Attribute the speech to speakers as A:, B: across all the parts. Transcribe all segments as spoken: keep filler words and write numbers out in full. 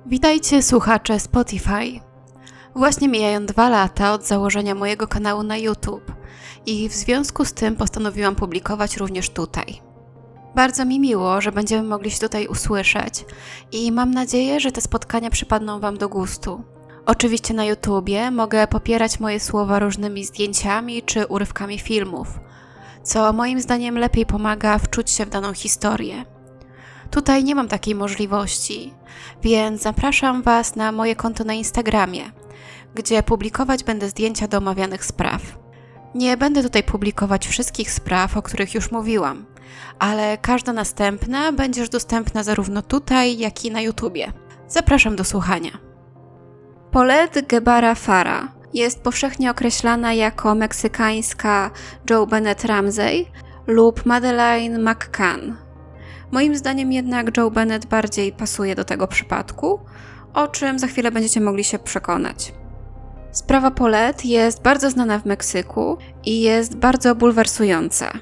A: Witajcie słuchacze Spotify. Właśnie mijają dwa lata od założenia mojego kanału na YouTube i w związku z tym postanowiłam publikować również tutaj. Bardzo mi miło, że będziemy mogli się tutaj usłyszeć i mam nadzieję, że te spotkania przypadną Wam do gustu. Oczywiście na YouTubie mogę popierać moje słowa różnymi zdjęciami czy urywkami filmów, co moim zdaniem lepiej pomaga wczuć się w daną historię. Tutaj nie mam takiej możliwości, więc zapraszam Was na moje konto na Instagramie, gdzie publikować będę zdjęcia do omawianych spraw. Nie będę tutaj publikować wszystkich spraw, o których już mówiłam, ale każda następna będzie już dostępna zarówno tutaj, jak i na YouTubie. Zapraszam do słuchania. Paulette Guevara Farah jest powszechnie określana jako meksykańska JoBennett Ramsey lub Madeleine McCann. Moim zdaniem jednak JoBennett bardziej pasuje do tego przypadku, o czym za chwilę będziecie mogli się przekonać. Sprawa Paulette jest bardzo znana w Meksyku i jest bardzo bulwersująca.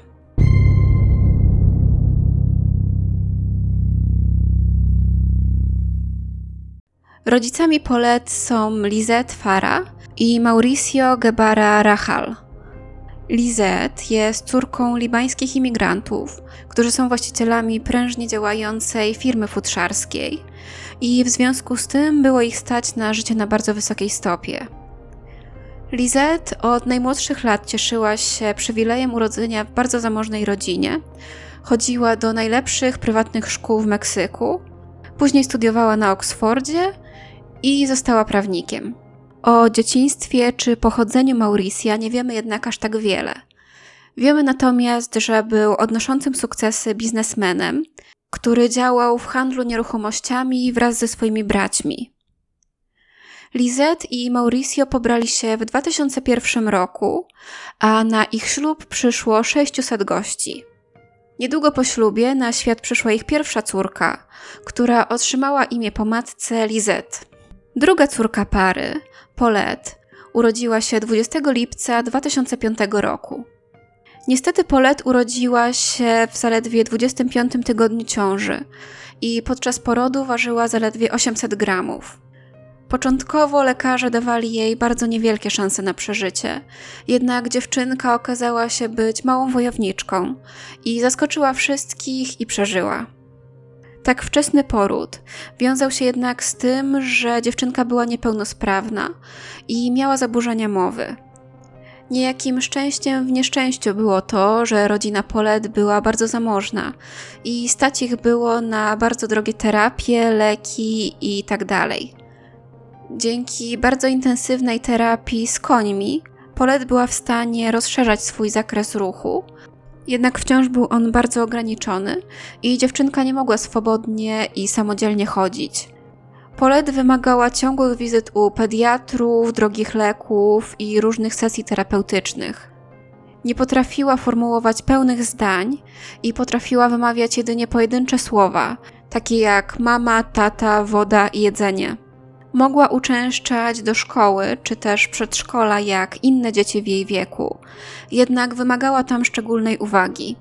A: Rodzicami Paulette są Lisette Farah i Mauricio Guevara Rajal. Lisette jest córką libańskich imigrantów, którzy są właścicielami prężnie działającej firmy futrzarskiej i w związku z tym było ich stać na życie na bardzo wysokiej stopie. Lisette od najmłodszych lat cieszyła się przywilejem urodzenia w bardzo zamożnej rodzinie, chodziła do najlepszych prywatnych szkół w Meksyku, później studiowała na Oksfordzie i została prawnikiem. O dzieciństwie czy pochodzeniu Mauricia nie wiemy jednak aż tak wiele. Wiemy natomiast, że był odnoszącym sukcesy biznesmenem, który działał w handlu nieruchomościami wraz ze swoimi braćmi. Lisette i Mauricio pobrali się w dwa tysiące pierwszym roku, a na ich ślub przyszło sześciuset gości. Niedługo po ślubie na świat przyszła ich pierwsza córka, która otrzymała imię po matce Lisette. Druga córka pary, Paulette, urodziła się dwudziestego lipca dwa tysiące piątego roku. Niestety Paulette urodziła się w zaledwie dwudziestym piątym tygodniu ciąży i podczas porodu ważyła zaledwie osiemset gramów. Początkowo lekarze dawali jej bardzo niewielkie szanse na przeżycie, jednak dziewczynka okazała się być małą wojowniczką i zaskoczyła wszystkich i przeżyła. Tak wczesny poród wiązał się jednak z tym, że dziewczynka była niepełnosprawna i miała zaburzenia mowy. Niejakim szczęściem w nieszczęściu było to, że rodzina Paulette była bardzo zamożna i stać ich było na bardzo drogie terapie, leki i tak dalej. Dzięki bardzo intensywnej terapii z końmi Paulette była w stanie rozszerzać swój zakres ruchu, jednak wciąż był on bardzo ograniczony i dziewczynka nie mogła swobodnie i samodzielnie chodzić. Paulette wymagała ciągłych wizyt u pediatrów, drogich leków i różnych sesji terapeutycznych. Nie potrafiła formułować pełnych zdań i potrafiła wymawiać jedynie pojedyncze słowa, takie jak mama, tata, woda i jedzenie. Mogła uczęszczać do szkoły czy też przedszkola jak inne dzieci w jej wieku, jednak wymagała tam szczególnej uwagi.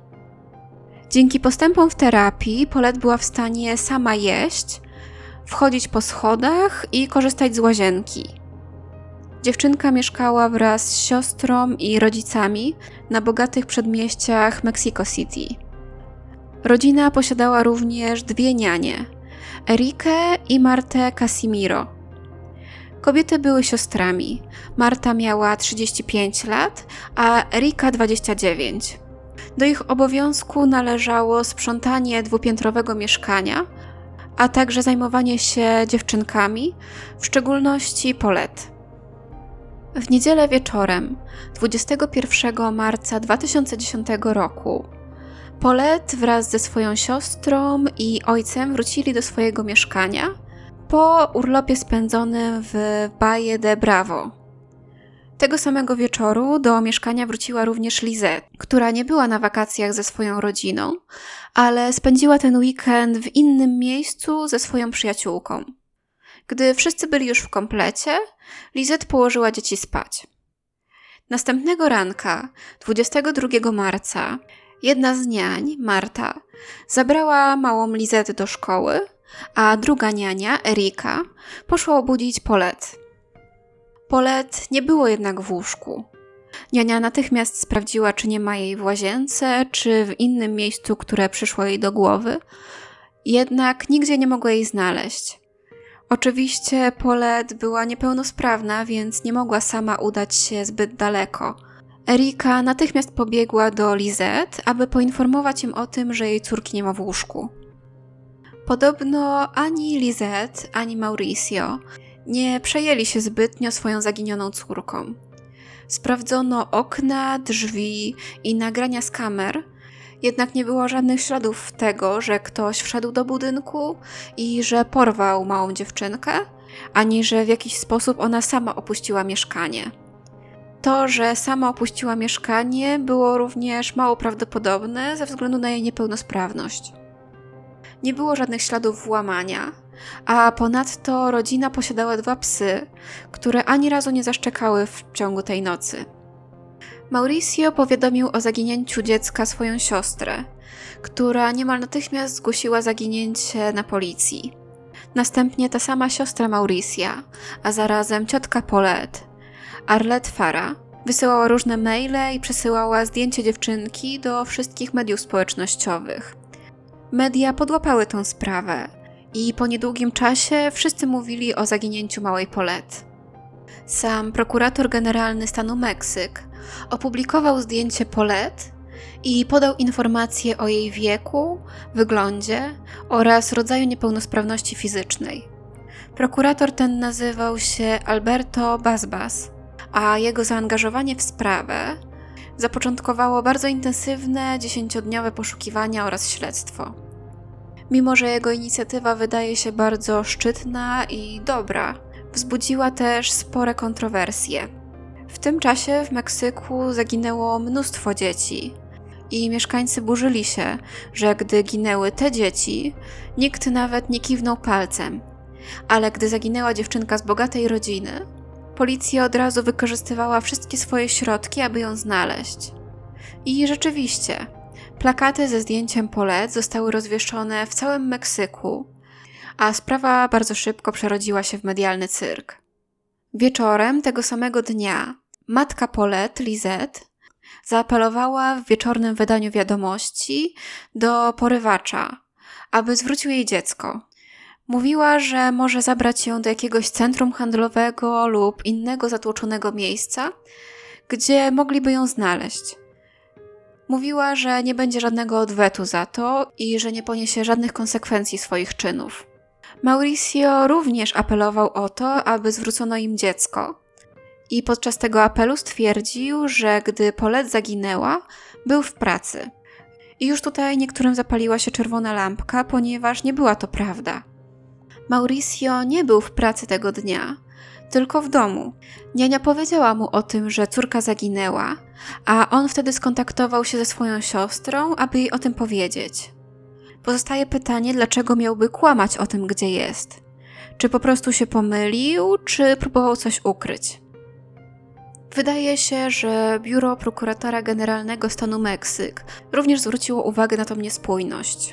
A: Dzięki postępom w terapii Paulette była w stanie sama jeść, wchodzić po schodach i korzystać z łazienki. Dziewczynka mieszkała wraz z siostrą i rodzicami na bogatych przedmieściach Mexico City. Rodzina posiadała również dwie nianie, Erikę i Martę Casimiro. Kobiety były siostrami. Marta miała trzydzieści pięć lat, a Erika dwadzieścia dziewięć. Do ich obowiązku należało sprzątanie dwupiętrowego mieszkania, a także zajmowanie się dziewczynkami, w szczególności Paulette. W niedzielę wieczorem, dwudziestego pierwszego marca dwa tysiące dziesiątego roku, Paulette wraz ze swoją siostrą i ojcem wrócili do swojego mieszkania po urlopie spędzonym w Valle de Bravo. Tego samego wieczoru do mieszkania wróciła również Lisette, która nie była na wakacjach ze swoją rodziną, ale spędziła ten weekend w innym miejscu ze swoją przyjaciółką. Gdy wszyscy byli już w komplecie, Lisette położyła dzieci spać. Następnego ranka, dwudziestego drugiego marca, jedna z niań, Marta, zabrała małą Lisette do szkoły, a druga niania, Erika, poszła obudzić Paulette. Paulette nie było jednak w łóżku. Niania natychmiast sprawdziła, czy nie ma jej w łazience, czy w innym miejscu, które przyszło jej do głowy, jednak nigdzie nie mogła jej znaleźć. Oczywiście Paulette była niepełnosprawna, więc nie mogła sama udać się zbyt daleko. Erika natychmiast pobiegła do Lisette, aby poinformować ją o tym, że jej córki nie ma w łóżku. Podobno ani Lisette, ani Mauricio nie przejęli się zbytnio swoją zaginioną córką. Sprawdzono okna, drzwi i nagrania z kamer, jednak nie było żadnych śladów tego, że ktoś wszedł do budynku i że porwał małą dziewczynkę, ani że w jakiś sposób ona sama opuściła mieszkanie. To, że sama opuściła mieszkanie, było również mało prawdopodobne ze względu na jej niepełnosprawność. Nie było żadnych śladów włamania, a ponadto rodzina posiadała dwa psy, które ani razu nie zaszczekały w ciągu tej nocy. Mauricio powiadomił o zaginięciu dziecka swoją siostrę, która niemal natychmiast zgłosiła zaginięcie na policji. Następnie ta sama siostra Mauricia, a zarazem ciotka Paulette, Arlette Farah, wysyłała różne maile i przesyłała zdjęcie dziewczynki do wszystkich mediów społecznościowych. Media podłapały tę sprawę i po niedługim czasie wszyscy mówili o zaginięciu małej Paulette. Sam prokurator generalny stanu Meksyk opublikował zdjęcie Paulette i podał informacje o jej wieku, wyglądzie oraz rodzaju niepełnosprawności fizycznej. Prokurator ten nazywał się Alberto Basbas, a jego zaangażowanie w sprawę zapoczątkowało bardzo intensywne, dziesięciodniowe poszukiwania oraz śledztwo. Mimo że jego inicjatywa wydaje się bardzo szczytna i dobra, wzbudziła też spore kontrowersje. W tym czasie w Meksyku zaginęło mnóstwo dzieci i mieszkańcy burzyli się, że gdy ginęły te dzieci, nikt nawet nie kiwnął palcem, ale gdy zaginęła dziewczynka z bogatej rodziny, policja od razu wykorzystywała wszystkie swoje środki, aby ją znaleźć. I rzeczywiście, plakaty ze zdjęciem Paulette zostały rozwieszone w całym Meksyku, a sprawa bardzo szybko przerodziła się w medialny cyrk. Wieczorem tego samego dnia matka Paulette, Lisette, zaapelowała w wieczornym wydaniu wiadomości do porywacza, aby zwrócił jej dziecko. Mówiła, że może zabrać ją do jakiegoś centrum handlowego lub innego zatłoczonego miejsca, gdzie mogliby ją znaleźć. Mówiła, że nie będzie żadnego odwetu za to i że nie poniesie żadnych konsekwencji swoich czynów. Mauricio również apelował o to, aby zwrócono im dziecko. I podczas tego apelu stwierdził, że gdy Paulette zaginęła, był w pracy. I już tutaj niektórym zapaliła się czerwona lampka, ponieważ nie była to prawda. Mauricio nie był w pracy tego dnia, tylko w domu. Niania powiedziała mu o tym, że córka zaginęła, a on wtedy skontaktował się ze swoją siostrą, aby jej o tym powiedzieć. Pozostaje pytanie, dlaczego miałby kłamać o tym, gdzie jest. Czy po prostu się pomylił, czy próbował coś ukryć? Wydaje się, że biuro prokuratora generalnego stanu Meksyk również zwróciło uwagę na tą niespójność.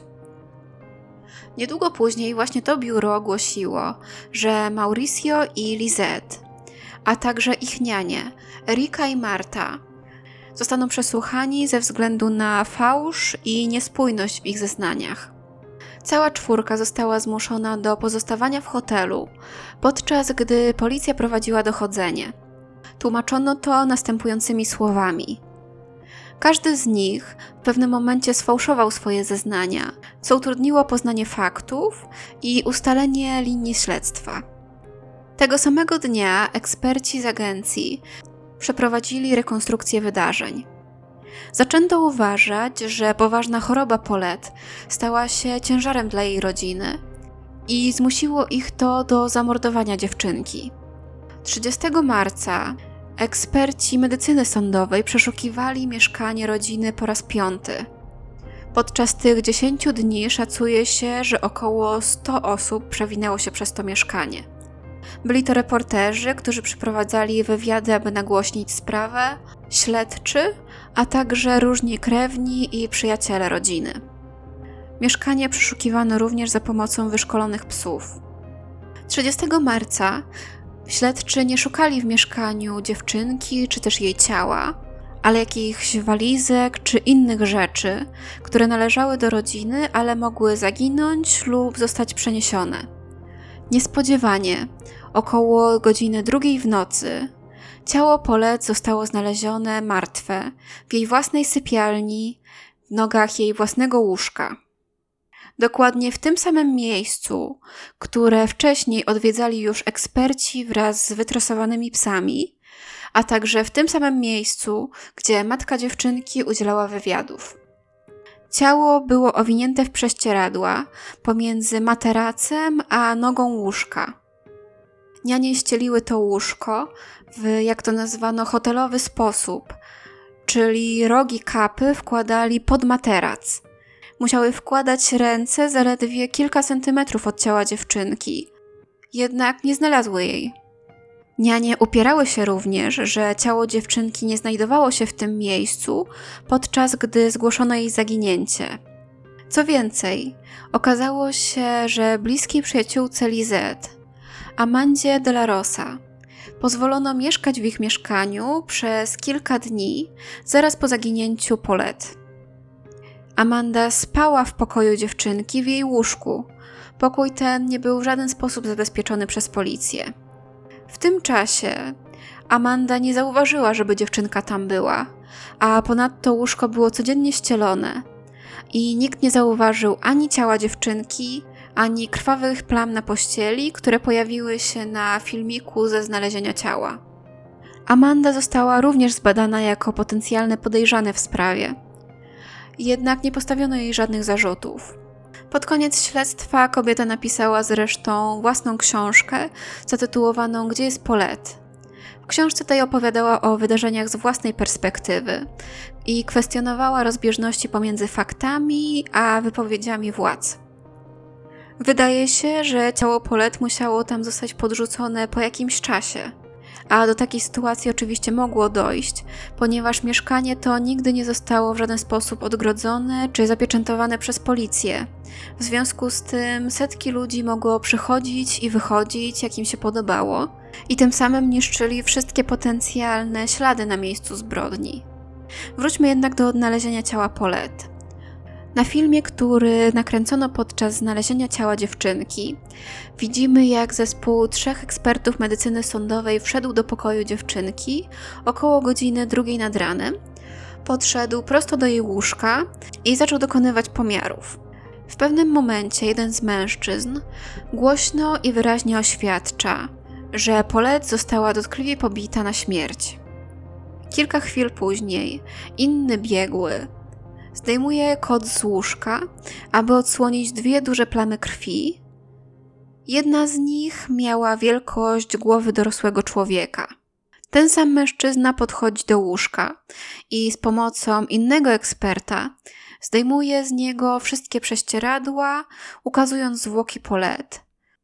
A: Niedługo później właśnie to biuro ogłosiło, że Mauricio i Lisette, a także ich nianie, Erika i Marta, zostaną przesłuchani ze względu na fałsz i niespójność w ich zeznaniach. Cała czwórka została zmuszona do pozostawania w hotelu, podczas gdy policja prowadziła dochodzenie. Tłumaczono to następującymi słowami. Każdy z nich w pewnym momencie sfałszował swoje zeznania, co utrudniło poznanie faktów i ustalenie linii śledztwa. Tego samego dnia eksperci z agencji przeprowadzili rekonstrukcję wydarzeń. Zaczęto uważać, że poważna choroba Paulette stała się ciężarem dla jej rodziny i zmusiło ich to do zamordowania dziewczynki. trzydziestego marca eksperci medycyny sądowej przeszukiwali mieszkanie rodziny po raz piąty. Podczas tych dziesięciu dni szacuje się, że około sto osób przewinęło się przez to mieszkanie. Byli to reporterzy, którzy przeprowadzali wywiady, aby nagłośnić sprawę, śledczy, a także różni krewni i przyjaciele rodziny. Mieszkanie przeszukiwano również za pomocą wyszkolonych psów. trzydziestego marca śledczy nie szukali w mieszkaniu dziewczynki czy też jej ciała, ale jakichś walizek czy innych rzeczy, które należały do rodziny, ale mogły zaginąć lub zostać przeniesione. Niespodziewanie, około godziny drugiej w nocy, ciało Paulette zostało znalezione martwe w jej własnej sypialni, w nogach jej własnego łóżka. Dokładnie w tym samym miejscu, które wcześniej odwiedzali już eksperci wraz z wytresowanymi psami, a także w tym samym miejscu, gdzie matka dziewczynki udzielała wywiadów. Ciało było owinięte w prześcieradła pomiędzy materacem a nogą łóżka. Nianie ścieliły to łóżko w, jak to nazwano, hotelowy sposób, czyli rogi kapy wkładali pod materac. Musiały wkładać ręce zaledwie kilka centymetrów od ciała dziewczynki, jednak nie znalazły jej. Nianie upierały się również, że ciało dziewczynki nie znajdowało się w tym miejscu, podczas gdy zgłoszono jej zaginięcie. Co więcej, okazało się, że bliskiej przyjaciółce Lisette, Amandzie de la Rosa, pozwolono mieszkać w ich mieszkaniu przez kilka dni zaraz po zaginięciu Paulette. Amanda spała w pokoju dziewczynki w jej łóżku. Pokój ten nie był w żaden sposób zabezpieczony przez policję. W tym czasie Amanda nie zauważyła, żeby dziewczynka tam była, a ponadto łóżko było codziennie ścielone i nikt nie zauważył ani ciała dziewczynki, ani krwawych plam na pościeli, które pojawiły się na filmiku ze znalezienia ciała. Amanda została również zbadana jako potencjalny podejrzany w sprawie. Jednak nie postawiono jej żadnych zarzutów. Pod koniec śledztwa kobieta napisała zresztą własną książkę zatytułowaną „Gdzie jest Paulette?”. W książce tej opowiadała o wydarzeniach z własnej perspektywy i kwestionowała rozbieżności pomiędzy faktami a wypowiedziami władz. Wydaje się, że ciało Paulette musiało tam zostać podrzucone po jakimś czasie. A do takiej sytuacji oczywiście mogło dojść, ponieważ mieszkanie to nigdy nie zostało w żaden sposób odgrodzone czy zapieczętowane przez policję. W związku z tym setki ludzi mogło przychodzić i wychodzić, jak im się podobało, i tym samym niszczyli wszystkie potencjalne ślady na miejscu zbrodni. Wróćmy jednak do odnalezienia ciała Paulette. Na filmie, który nakręcono podczas znalezienia ciała dziewczynki, widzimy, jak zespół trzech ekspertów medycyny sądowej wszedł do pokoju dziewczynki około godziny drugiej nad ranem, podszedł prosto do jej łóżka i zaczął dokonywać pomiarów. W pewnym momencie jeden z mężczyzn głośno i wyraźnie oświadcza, że Paulette została dotkliwie pobita na śmierć. Kilka chwil później inny biegły zdejmuje kot z łóżka, aby odsłonić dwie duże plamy krwi. Jedna z nich miała wielkość głowy dorosłego człowieka. Ten sam mężczyzna podchodzi do łóżka i z pomocą innego eksperta zdejmuje z niego wszystkie prześcieradła, ukazując zwłoki Paulette.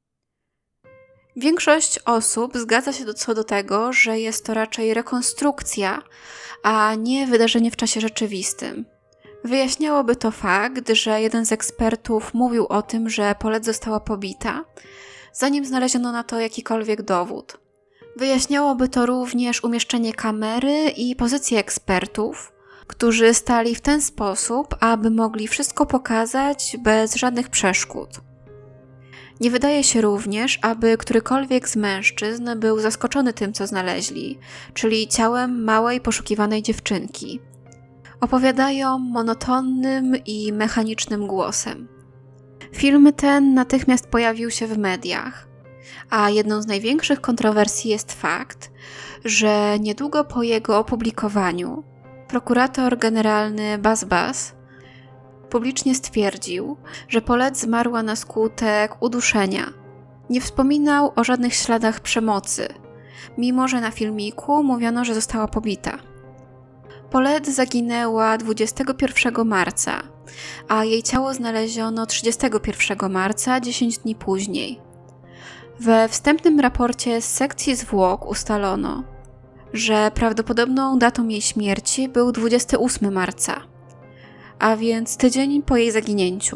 A: Większość osób zgadza się co do tego, że jest to raczej rekonstrukcja, a nie wydarzenie w czasie rzeczywistym. Wyjaśniałoby to fakt, że jeden z ekspertów mówił o tym, że Paulette została pobita, zanim znaleziono na to jakikolwiek dowód. Wyjaśniałoby to również umieszczenie kamery i pozycję ekspertów, którzy stali w ten sposób, aby mogli wszystko pokazać bez żadnych przeszkód. Nie wydaje się również, aby którykolwiek z mężczyzn był zaskoczony tym, co znaleźli, czyli ciałem małej, poszukiwanej dziewczynki. Opowiadają monotonnym i mechanicznym głosem. Film ten natychmiast pojawił się w mediach, a jedną z największych kontrowersji jest fakt, że niedługo po jego opublikowaniu prokurator generalny Bas Bas publicznie stwierdził, że Paulette zmarła na skutek uduszenia. Nie wspominał o żadnych śladach przemocy, mimo że na filmiku mówiono, że została pobita. Paulette zaginęła dwudziestego pierwszego marca, a jej ciało znaleziono trzydziestego pierwszego marca, dziesięć dni później. We wstępnym raporcie z sekcji zwłok ustalono, że prawdopodobną datą jej śmierci był dwudziestego ósmego marca, a więc tydzień po jej zaginięciu.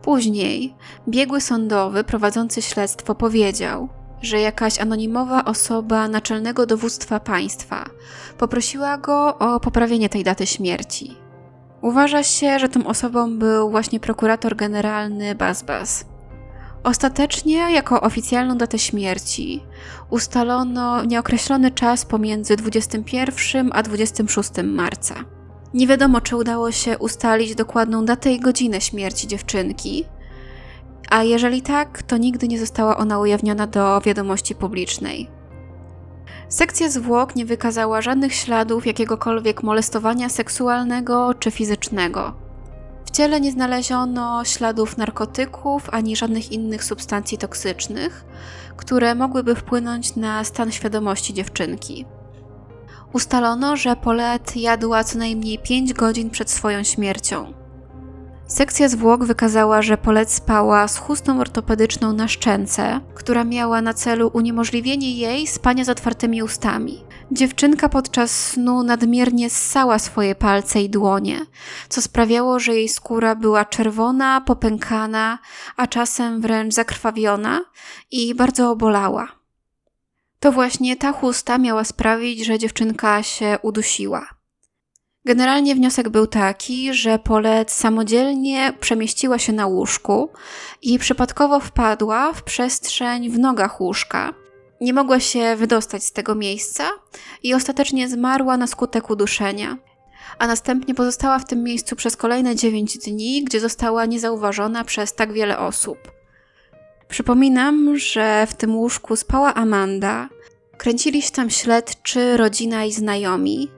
A: Później biegły sądowy prowadzący śledztwo powiedział, że jakaś anonimowa osoba naczelnego dowództwa państwa poprosiła go o poprawienie tej daty śmierci. Uważa się, że tą osobą był właśnie prokurator generalny Basbas. Ostatecznie jako oficjalną datę śmierci ustalono nieokreślony czas pomiędzy dwudziestym pierwszym a dwudziestym szóstym marca. Nie wiadomo, czy udało się ustalić dokładną datę i godzinę śmierci dziewczynki, a jeżeli tak, to nigdy nie została ona ujawniona do wiadomości publicznej. Sekcja zwłok nie wykazała żadnych śladów jakiegokolwiek molestowania seksualnego czy fizycznego. W ciele nie znaleziono śladów narkotyków ani żadnych innych substancji toksycznych, które mogłyby wpłynąć na stan świadomości dziewczynki. Ustalono, że Paulette jadła co najmniej pięć godzin przed swoją śmiercią. Sekcja zwłok wykazała, że Paulette spała z chustą ortopedyczną na szczęce, która miała na celu uniemożliwienie jej spania z otwartymi ustami. Dziewczynka podczas snu nadmiernie ssała swoje palce i dłonie, co sprawiało, że jej skóra była czerwona, popękana, a czasem wręcz zakrwawiona i bardzo obolała. To właśnie ta chusta miała sprawić, że dziewczynka się udusiła. Generalnie wniosek był taki, że Paulette samodzielnie przemieściła się na łóżku i przypadkowo wpadła w przestrzeń w nogach łóżka. Nie mogła się wydostać z tego miejsca i ostatecznie zmarła na skutek uduszenia, a następnie pozostała w tym miejscu przez kolejne dziewięć dni, gdzie została niezauważona przez tak wiele osób. Przypominam, że w tym łóżku spała Amanda, kręcili się tam śledczy, rodzina i znajomi.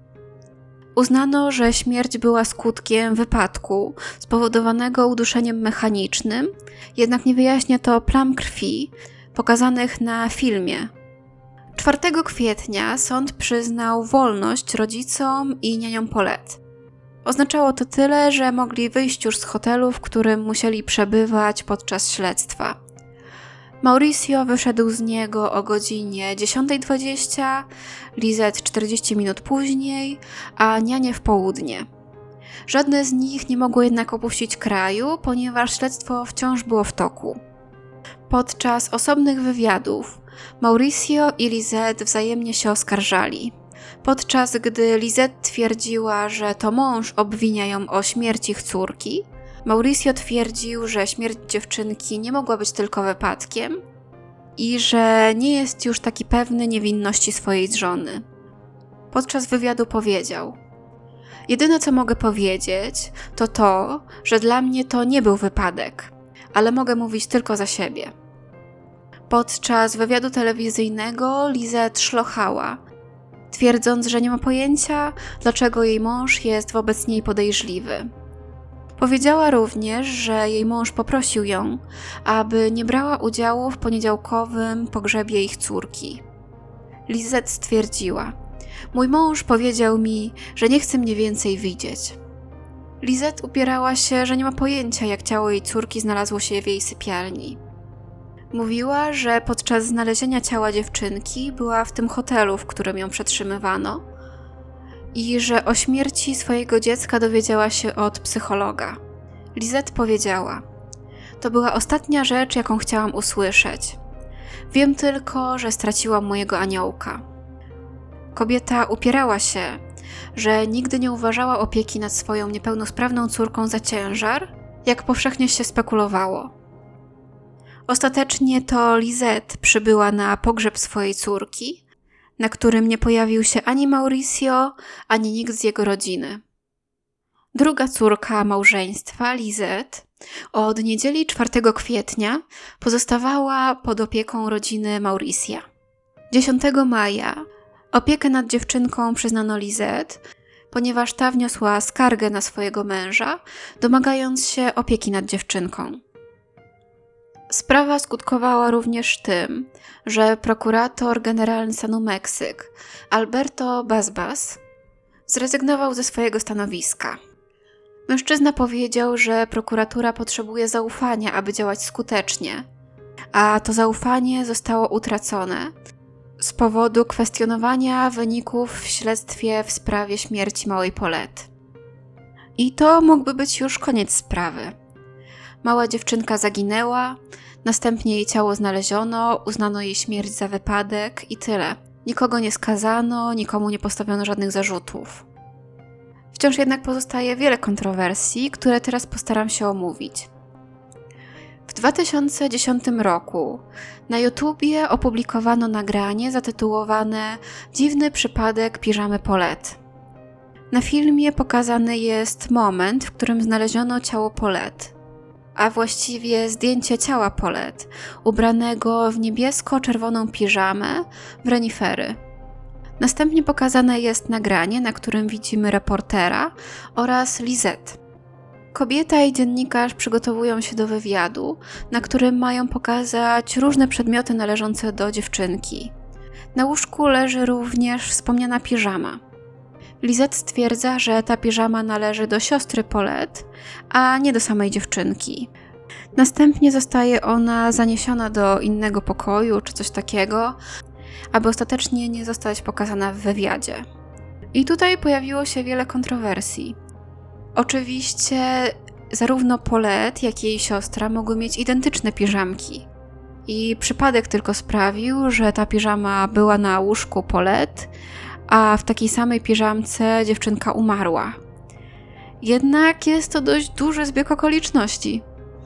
A: Uznano, że śmierć była skutkiem wypadku spowodowanego uduszeniem mechanicznym, jednak nie wyjaśnia to plam krwi pokazanych na filmie. czwartego kwietnia sąd przyznał wolność rodzicom i nianiom Paulette. Oznaczało to tyle, że mogli wyjść już z hotelu, w którym musieli przebywać podczas śledztwa. Mauricio wyszedł z niego o godzinie dziesiąta dwadzieścia, Lisette czterdzieści minut później, a nianie w południe. Żadne z nich nie mogło jednak opuścić kraju, ponieważ śledztwo wciąż było w toku. Podczas osobnych wywiadów Mauricio i Lisette wzajemnie się oskarżali. Podczas gdy Lisette twierdziła, że to mąż obwinia ją o śmierć ich córki, Mauricio twierdził, że śmierć dziewczynki nie mogła być tylko wypadkiem i że nie jest już taki pewny niewinności swojej żony. Podczas wywiadu powiedział: jedyne co mogę powiedzieć to to, że dla mnie to nie był wypadek, ale mogę mówić tylko za siebie. Podczas wywiadu telewizyjnego Lisette szlochała, twierdząc, że nie ma pojęcia, dlaczego jej mąż jest wobec niej podejrzliwy. Powiedziała również, że jej mąż poprosił ją, aby nie brała udziału w poniedziałkowym pogrzebie ich córki. Lisette stwierdziła: mój mąż powiedział mi, że nie chce mnie więcej widzieć. Lisette upierała się, że nie ma pojęcia, jak ciało jej córki znalazło się w jej sypialni. Mówiła, że podczas znalezienia ciała dziewczynki była w tym hotelu, w którym ją przetrzymywano, i że o śmierci swojego dziecka dowiedziała się od psychologa. Lisette powiedziała: to była ostatnia rzecz, jaką chciałam usłyszeć. Wiem tylko, że straciłam mojego aniołka. Kobieta upierała się, że nigdy nie uważała opieki nad swoją niepełnosprawną córką za ciężar, jak powszechnie się spekulowało. Ostatecznie to Lisette przybyła na pogrzeb swojej córki, na którym nie pojawił się ani Mauricio, ani nikt z jego rodziny. Druga córka małżeństwa, Lisette, od niedzieli czwartego kwietnia pozostawała pod opieką rodziny Mauricia. dziesiątego maja opiekę nad dziewczynką przyznano Lisette, ponieważ ta wniosła skargę na swojego męża, domagając się opieki nad dziewczynką. Sprawa skutkowała również tym, że prokurator generalny stanu Meksyk, Alberto Basbas, zrezygnował ze swojego stanowiska. Mężczyzna powiedział, że prokuratura potrzebuje zaufania, aby działać skutecznie, a to zaufanie zostało utracone z powodu kwestionowania wyników w śledztwie w sprawie śmierci małej Paulette. I to mógłby być już koniec sprawy. Mała dziewczynka zaginęła, następnie jej ciało znaleziono, uznano jej śmierć za wypadek i tyle. Nikogo nie skazano, nikomu nie postawiono żadnych zarzutów. Wciąż jednak pozostaje wiele kontrowersji, które teraz postaram się omówić. W dwa tysiące dziesiątym roku na YouTubie opublikowano nagranie zatytułowane Dziwny przypadek piżamy Paulette. Na filmie pokazany jest moment, w którym znaleziono ciało Paulette, a właściwie zdjęcie ciała Paulette, ubranego w niebiesko-czerwoną piżamę w renifery. Następnie pokazane jest nagranie, na którym widzimy reportera oraz Lisette. Kobieta i dziennikarz przygotowują się do wywiadu, na którym mają pokazać różne przedmioty należące do dziewczynki. Na łóżku leży również wspomniana piżama. Lisette stwierdza, że ta piżama należy do siostry Paulette, a nie do samej dziewczynki. Następnie zostaje ona zaniesiona do innego pokoju czy coś takiego, aby ostatecznie nie zostać pokazana w wywiadzie. I tutaj pojawiło się wiele kontrowersji. Oczywiście zarówno Paulette, jak i jej siostra mogły mieć identyczne piżamki. I przypadek tylko sprawił, że ta piżama była na łóżku Paulette, a w takiej samej piżamce dziewczynka umarła. Jednak jest to dość duży zbieg okoliczności.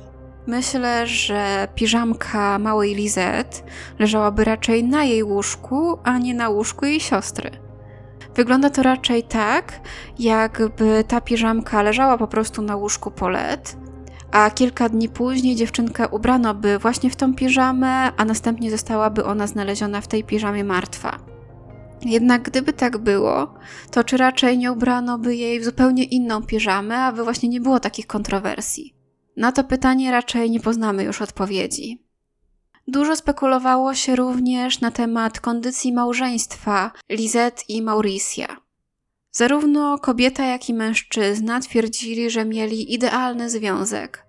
A: Myślę, że piżamka małej Lisette leżałaby raczej na jej łóżku, a nie na łóżku jej siostry. Wygląda to raczej tak, jakby ta piżamka leżała po prostu na łóżku Paulette, a kilka dni później dziewczynkę ubrano by właśnie w tą piżamę, a następnie zostałaby ona znaleziona w tej piżamie martwa. Jednak gdyby tak było, to czy raczej nie ubrano by jej w zupełnie inną piżamę, aby właśnie nie było takich kontrowersji? Na to pytanie raczej nie poznamy już odpowiedzi. Dużo spekulowało się również na temat kondycji małżeństwa Lisette i Mauricia. Zarówno kobieta, jak i mężczyzna twierdzili, że mieli idealny związek.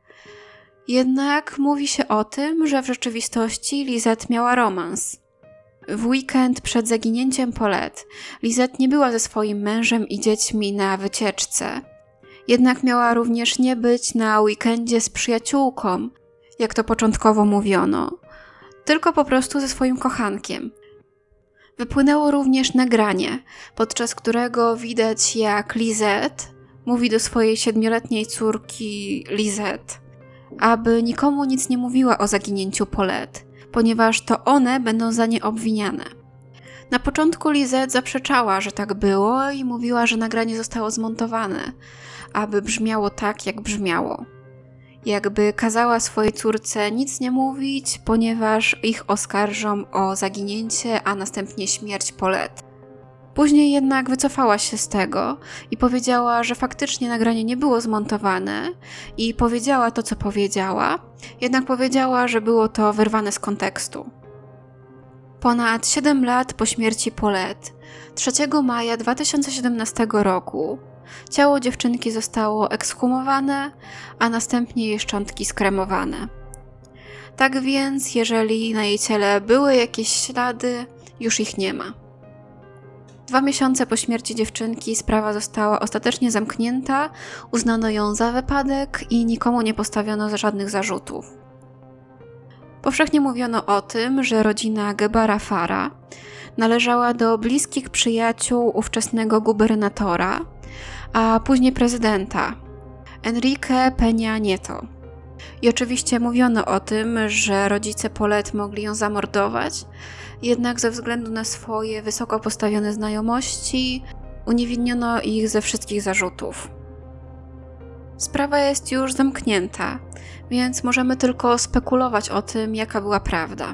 A: Jednak mówi się o tym, że w rzeczywistości Lisette miała romans. W weekend przed zaginięciem Paulette Lisette nie była ze swoim mężem i dziećmi na wycieczce. Jednak miała również nie być na weekendzie z przyjaciółką, jak to początkowo mówiono, tylko po prostu ze swoim kochankiem. Wypłynęło również nagranie, podczas którego widać, jak Lisette mówi do swojej siedmioletniej córki Lisette, aby nikomu nic nie mówiła o zaginięciu Paulette, ponieważ to one będą za nie obwiniane. Na początku Lisette zaprzeczała, że tak było i mówiła, że nagranie zostało zmontowane, aby brzmiało tak, jak brzmiało. Jakby kazała swojej córce nic nie mówić, ponieważ ich oskarżą o zaginięcie, a następnie śmierć Paulette. Później jednak wycofała się z tego i powiedziała, że faktycznie nagranie nie było zmontowane i powiedziała to, co powiedziała, jednak powiedziała, że było to wyrwane z kontekstu. Ponad siedem lat po śmierci Paulette, trzeciego maja dwa tysiące siedemnastego roku, ciało dziewczynki zostało ekshumowane, a następnie jej szczątki skremowane. Tak więc, jeżeli na jej ciele były jakieś ślady, już ich nie ma. Dwa miesiące po śmierci dziewczynki sprawa została ostatecznie zamknięta, uznano ją za wypadek i nikomu nie postawiono żadnych zarzutów. Powszechnie mówiono o tym, że rodzina Gebara Fara należała do bliskich przyjaciół ówczesnego gubernatora, a później prezydenta, Enrique Peña Nieto. I oczywiście mówiono o tym, że rodzice Paulette mogli ją zamordować, jednak ze względu na swoje wysoko postawione znajomości uniewinniono ich ze wszystkich zarzutów. Sprawa jest już zamknięta, więc możemy tylko spekulować o tym, jaka była prawda.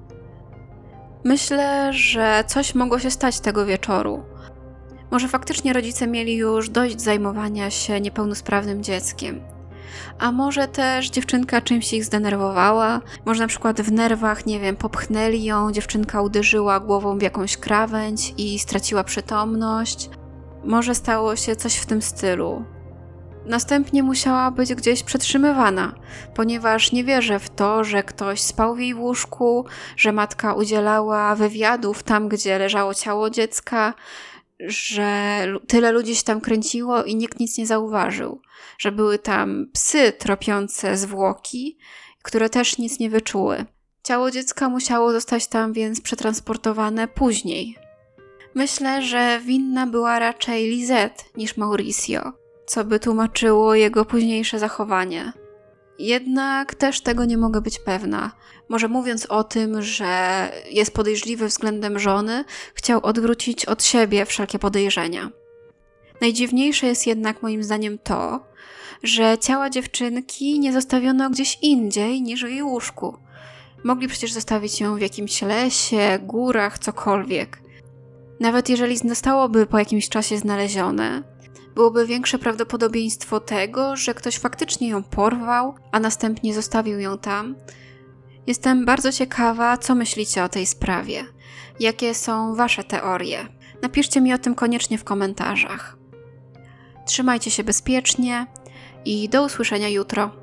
A: Myślę, że coś mogło się stać tego wieczoru. Może faktycznie rodzice mieli już dość zajmowania się niepełnosprawnym dzieckiem. A może też dziewczynka czymś ich zdenerwowała, może na przykład w nerwach, nie wiem, popchnęli ją, dziewczynka uderzyła głową w jakąś krawędź i straciła przytomność. Może stało się coś w tym stylu. Następnie musiała być gdzieś przetrzymywana, ponieważ nie wierzę w to, że ktoś spał w jej łóżku, że matka udzielała wywiadów tam, gdzie leżało ciało dziecka, że tyle ludzi się tam kręciło i nikt nic nie zauważył, że były tam psy tropiące zwłoki, które też nic nie wyczuły. Ciało dziecka musiało zostać tam więc przetransportowane później. Myślę, że winna była raczej Lisette niż Mauricio, co by tłumaczyło jego późniejsze zachowanie. Jednak też tego nie mogę być pewna. Może mówiąc o tym, że jest podejrzliwy względem żony, chciał odwrócić od siebie wszelkie podejrzenia. Najdziwniejsze jest jednak moim zdaniem to, że ciała dziewczynki nie zostawiono gdzieś indziej niż w jej łóżku. Mogli przecież zostawić ją w jakimś lesie, górach, cokolwiek. Nawet jeżeli zostałoby po jakimś czasie znalezione, byłoby większe prawdopodobieństwo tego, że ktoś faktycznie ją porwał, a następnie zostawił ją tam. Jestem bardzo ciekawa, co myślicie o tej sprawie. Jakie są wasze teorie? Napiszcie mi o tym koniecznie w komentarzach. Trzymajcie się bezpiecznie i do usłyszenia jutro.